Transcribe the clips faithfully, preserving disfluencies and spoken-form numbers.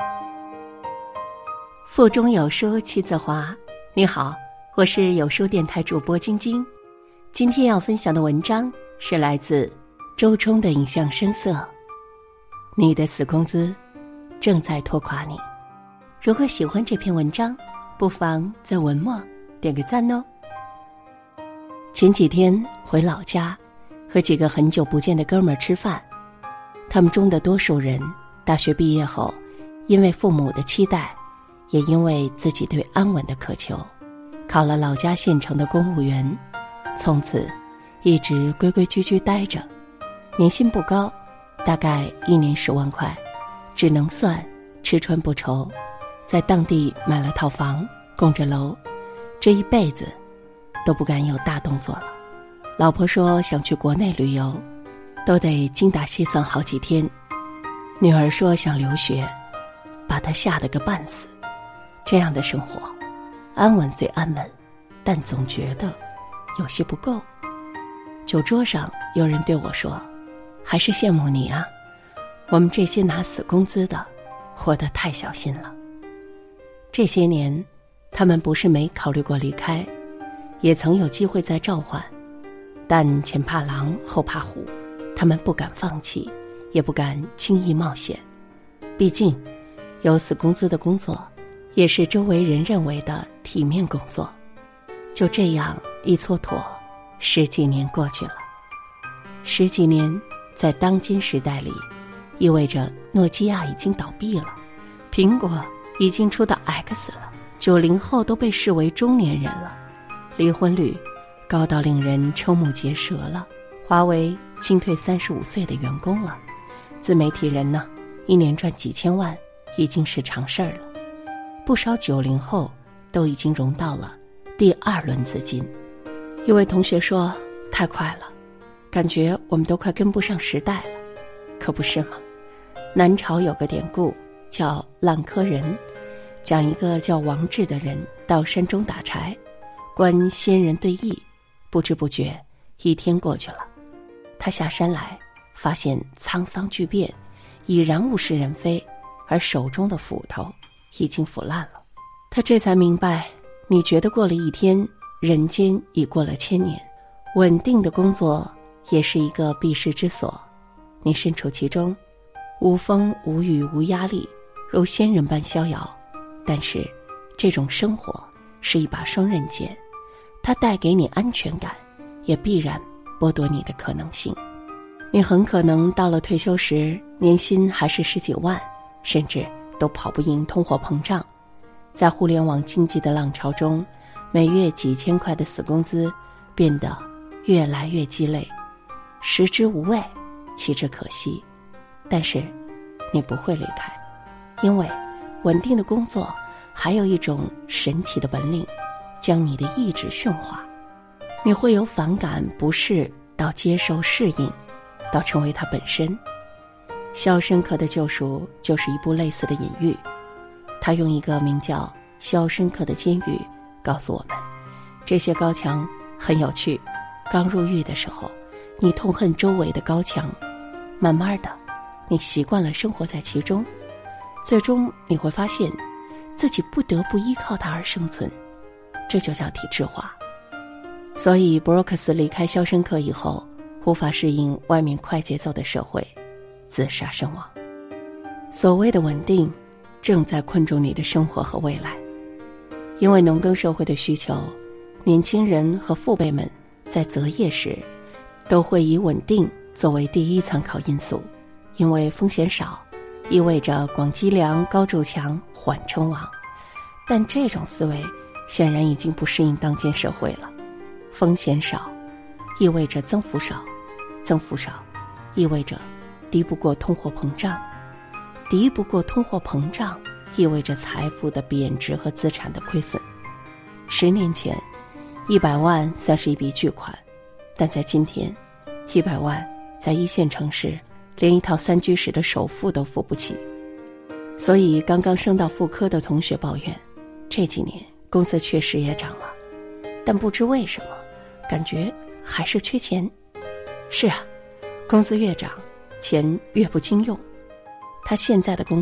腹中有书气自华。你好，我是有书电台主播晶晶。今天要分享的文章是来自周冲的《影像深色》。你的死工资正在拖垮你。如果喜欢这篇文章，不妨在文末点个赞哦。前几天回老家，和几个很久不见的哥们儿吃饭，他们中的多数人大学毕业后，因为父母的期待，也因为自己对安稳的渴求，考了老家县城的公务员，从此一直规规矩矩待着。年薪不高，大概一年十万块，只能算吃穿不愁，在当地买了套房，供着楼，这一辈子都不敢有大动作了。老婆说想去国内旅游，都得精打细算好几天。女儿说想留学，把她吓得个半死。这样的生活，安稳虽安稳，但总觉得有些不够。酒桌上有人对我说，还是羡慕你啊，我们这些拿死工资的活得太小心了。这些年他们不是没考虑过离开，也曾有机会再召唤，但前怕狼后怕虎，他们不敢放弃，也不敢轻易冒险。毕竟有死工资的工作也是周围人认为的体面工作。就这样一蹉跎，十几年过去了。十几年在当今时代里，意味着诺基亚已经倒闭了，苹果已经出到 X 了，九零后都被视为中年人了，离婚率高到令人瞠目结舌了，华为清退三十五岁的员工了，自媒体人呢，一年赚几千万已经是常事儿了。不少九零后都已经融到了第二轮资金。一位同学说，太快了，感觉我们都快跟不上时代了。可不是吗？南朝有个典故叫烂柯人，讲一个叫王志的人到山中打柴，观仙人对弈，不知不觉一天过去了。他下山来，发现沧桑巨变，已然物是人非，而手中的斧头已经腐烂了。他这才明白，你觉得过了一天，人间已过了千年。稳定的工作也是一个避世之所，你身处其中，无风无雨无压力，如仙人般逍遥。但是这种生活是一把双刃剑，它带给你安全感，也必然剥夺你的可能性。你很可能到了退休时，年薪还是十几万，甚至都跑不赢通货膨胀。在互联网经济的浪潮中，每月几千块的死工资变得越来越鸡肋，食之无味，弃之可惜。但是你不会离开，因为稳定的工作还有一种神奇的本领，将你的意志驯化。你会由反感不适到接受适应，到成为它本身。《肖申克的救赎》就是一部类似的隐喻，他用一个名叫肖申克的监狱告诉我们，这些高墙很有趣。刚入狱的时候，你痛恨周围的高墙，慢慢的你习惯了生活在其中，最终你会发现自己不得不依靠它而生存，这就叫体制化。所以布鲁克斯离开肖申克以后，无法适应外面快节奏的社会，自杀身亡。所谓的稳定正在困住你的生活和未来。因为农耕社会的需求，年轻人和父辈们在择业时都会以稳定作为第一参考因素，因为风险少，意味着广积粮、高筑墙、缓称王。但这种思维显然已经不适应当今社会了。风险少意味着增幅少，增幅少意味着敌不过通货膨胀，敌不过通货膨胀意味着财富的贬值和资产的亏损。十年前一百万算是一笔巨款，但在今天一百万在一线城市连一套三居室的首付都付不起。所以刚刚升到副科的同学抱怨，这几年工资确实也涨了，但不知为什么感觉还是缺钱。是啊，工资越涨钱越不经用。他现在的工资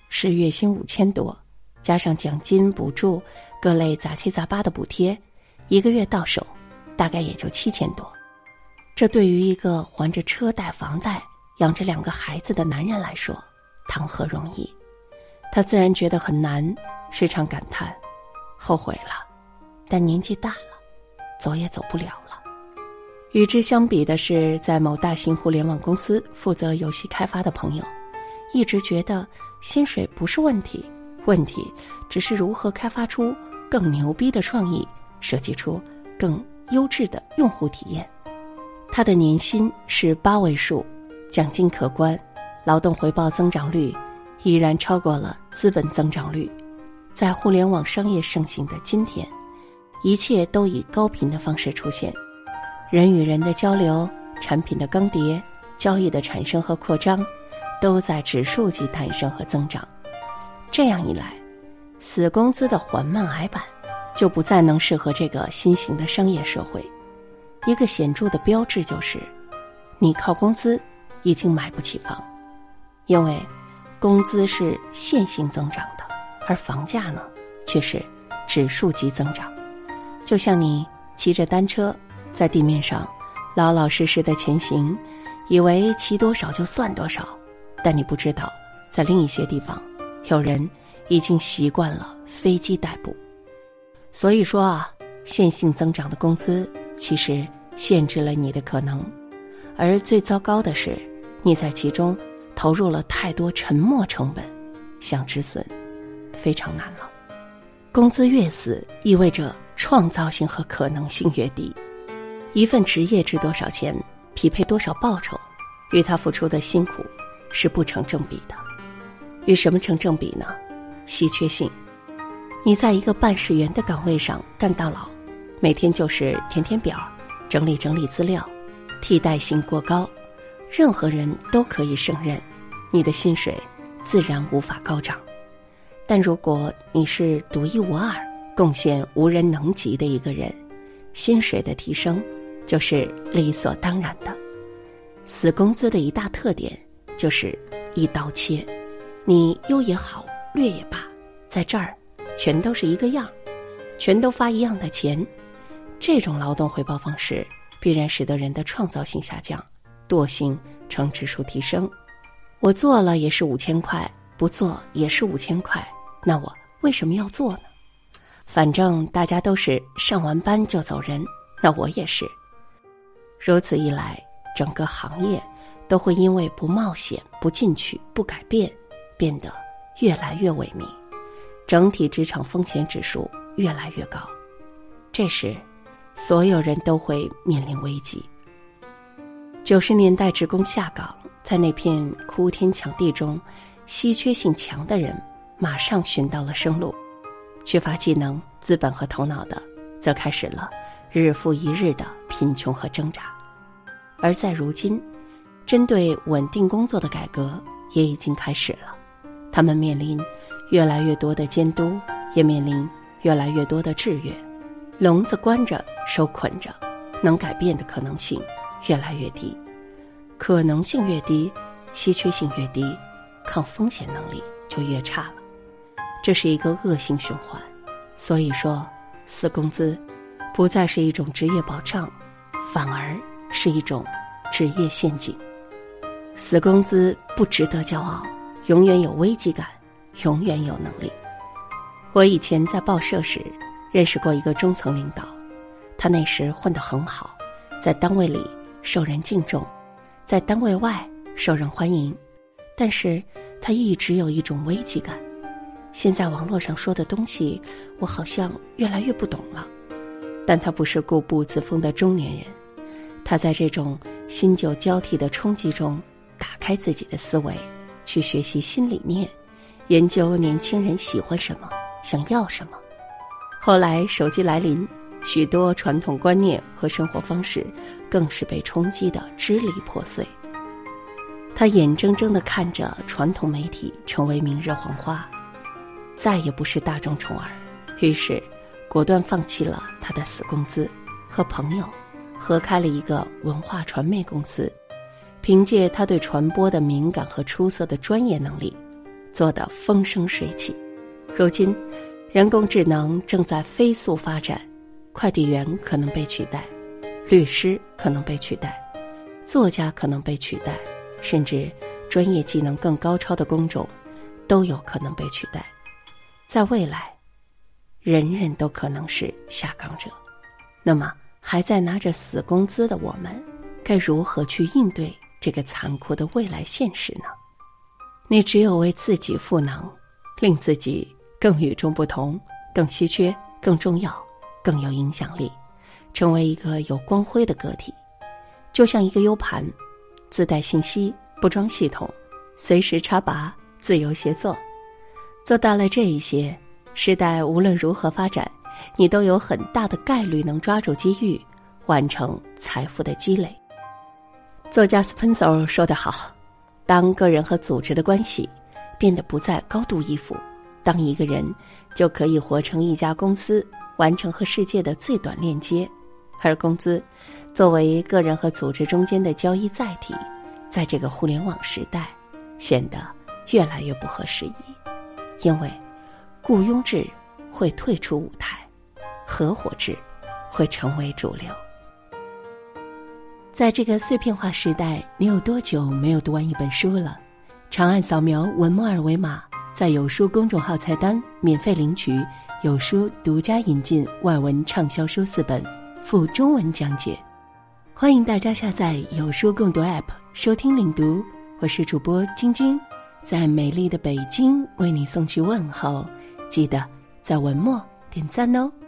是月薪五千多，加上奖金、补助、各类杂七杂八的补贴，一个月到手大概也就七千多。这对于一个还着车贷、房贷、养着两个孩子的男人来说，谈何容易？他自然觉得很难，时常感叹后悔了，但年纪大了，走也走不了了。与之相比的是，在某大型互联网公司负责游戏开发的朋友，一直觉得薪水不是问题，问题只是如何开发出更牛逼的创意，设计出更优质的用户体验。他的年薪是八位数，奖金可观，劳动回报增长率依然超过了资本增长率。在互联网商业盛行的今天，一切都以高频的方式出现，人与人的交流、产品的更迭、交易的产生和扩张，都在指数级诞生和增长。这样一来，死工资的缓慢矮板就不再能适合这个新型的商业社会。一个显著的标志就是，你靠工资已经买不起房，因为工资是线性增长的，而房价呢，却是指数级增长。就像你骑着单车在地面上老老实实的前行，以为骑多少就算多少，但你不知道，在另一些地方，有人已经习惯了飞机代步。所以说啊，线性增长的工资其实限制了你的可能，而最糟糕的是，你在其中投入了太多沉没成本，想止损非常难了。工资越死，意味着创造性和可能性越低。一份职业值多少钱，匹配多少报酬，与他付出的辛苦是不成正比的。与什么成正比呢？稀缺性。你在一个办事员的岗位上干到老，每天就是填填表，整理整理资料，替代性过高，任何人都可以胜任，你的薪水自然无法高涨。但如果你是独一无二、贡献无人能及的一个人，薪水的提升就是理所当然的。死工资的一大特点就是一刀切，你优也好，劣也罢，在这儿全都是一个样，全都发一样的钱。这种劳动回报方式必然使得人的创造性下降，惰性呈指数提升。我做了也是五千块，不做也是五千块，那我为什么要做呢？反正大家都是上完班就走人，那我也是。如此一来，整个行业都会因为不冒险、不进取、不改变，变得越来越萎靡，整体职场风险指数越来越高。这时，所有人都会面临危机。九十年代职工下岗，在那片哭天抢地中，稀缺性强的人马上寻到了生路，缺乏技能、资本和头脑的，则开始了日复一日的贫穷和挣扎。而在如今，针对稳定工作的改革也已经开始了，他们面临越来越多的监督，也面临越来越多的制约。笼子关着，手捆着，能改变的可能性越来越低。可能性越低，稀缺性越低，抗风险能力就越差了。这是一个恶性循环。所以说，死工资不再是一种职业保障，反而是一种职业陷阱。死工资不值得骄傲，永远有危机感，永远有能力。我以前在报社时认识过一个中层领导，他那时混得很好，在单位里受人敬重，在单位外受人欢迎，但是他一直有一种危机感。现在网络上说的东西，我好像越来越不懂了。但他不是固步自封的中年人，他在这种新旧交替的冲击中，打开自己的思维，去学习新理念，研究年轻人喜欢什么，想要什么。后来手机来临，许多传统观念和生活方式更是被冲击得支离破碎。他眼睁睁地看着传统媒体成为明日黄花，再也不是大众宠儿，于是果断放弃了他的死工资，和朋友合开了一个文化传媒公司，凭借他对传播的敏感和出色的专业能力， 做得风生水起。如今，人工智能正在飞速发展，快递员可能被取代，律师可能被取代，作家可能被取代，甚至专业技能更高超的工种都有可能被取代。在未来，人人都可能是下岗者。那么，还在拿着死工资的我们，该如何去应对这个残酷的未来现实呢？你只有为自己赋能，令自己更与众不同，更稀缺，更重要，更有影响力，成为一个有光辉的个体。就像一个 U 盘，自带信息，不装系统，随时插拔，自由协作。做到了这一些，时代无论如何发展，你都有很大的概率能抓住机遇，完成财富的积累。作家斯喷塞说得好，当个人和组织的关系变得不再高度依附，当一个人就可以活成一家公司，完成和世界的最短链接，而工资作为个人和组织中间的交易载体，在这个互联网时代显得越来越不合时宜。因为雇佣制会退出舞台，合伙制会成为主流。在这个碎片化时代，你有多久没有读完一本书了？长按扫描文末二维码，在有书公众号菜单免费领取有书独家引进外文畅销书四本，附中文讲解。欢迎大家下载有书共读 App 收听领读，我是主播晶晶，在美丽的北京为你送去问候，记得在文末点赞哦。